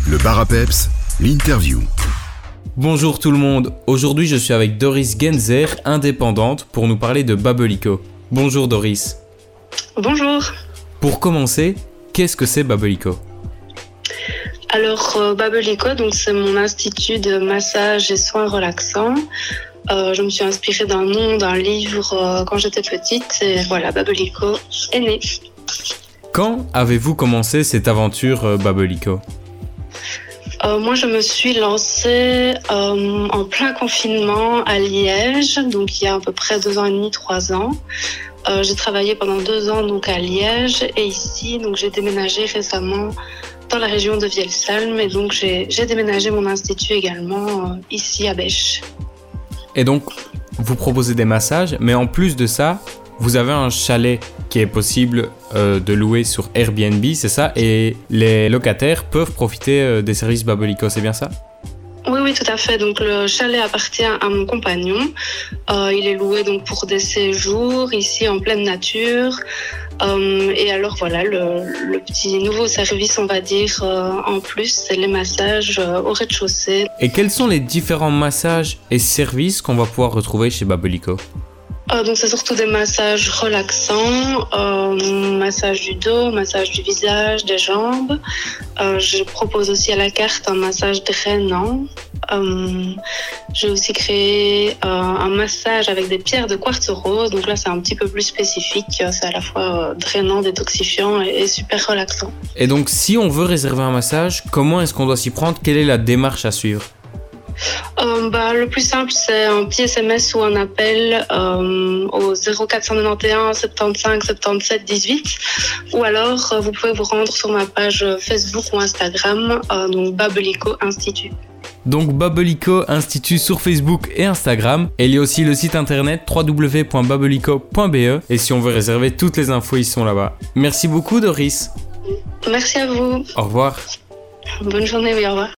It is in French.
Le bar à peps, l'interview. Bonjour tout le monde, aujourd'hui je suis avec Doris Genzer, indépendante, pour nous parler de Babelico. Bonjour Doris. Bonjour. Pour commencer, qu'est-ce que c'est Babelico ? Alors Babelico, donc c'est mon institut de massage et soins relaxants. Je me suis inspirée d'un nom, d'un livre quand j'étais petite et voilà, Babelico est né. Quand avez-vous commencé cette aventure Babelico ? Moi, je me suis lancée en plein confinement à Liège, donc il y a à peu près 2 ans et demi, 3 ans. J'ai travaillé pendant 2 ans donc à Liège et ici, donc j'ai déménagé récemment dans la région de Vielsalm et donc j'ai déménagé mon institut également ici à Bèche. Et donc, vous proposez des massages, mais en plus de ça, vous avez un chalet qui est possible de louer sur Airbnb, c'est ça ? Et les locataires peuvent profiter des services Babelico, c'est bien ça ? Oui, tout à fait. Donc le chalet appartient à mon compagnon. Il est loué donc pour des séjours ici en pleine nature. Et alors voilà, le petit nouveau service, on va dire, en plus, c'est les massages au rez-de-chaussée. Et quels sont les différents massages et services qu'on va pouvoir retrouver chez Babelico ? Donc c'est surtout des massages relaxants, massage du dos, massage du visage, des jambes. Je propose aussi à la carte un massage drainant. J'ai aussi créé un massage avec des pierres de quartz rose. Donc là c'est un petit peu plus spécifique. C'est à la fois drainant, détoxifiant et super relaxant. Et donc si on veut réserver un massage, comment est-ce qu'on doit s'y prendre ? Quelle est la démarche à suivre ? Le plus simple, c'est un petit SMS ou un appel au 0491 75 77 18 ou alors vous pouvez vous rendre sur ma page Facebook ou Instagram, donc Babelico Institut. Donc Babelico Institut sur Facebook et Instagram. Et il y a aussi le site internet www.babelico.be et si on veut réserver, toutes les infos ils sont là-bas. Merci beaucoup Doris. Merci à vous. Au revoir. Bonne journée, oui, au revoir.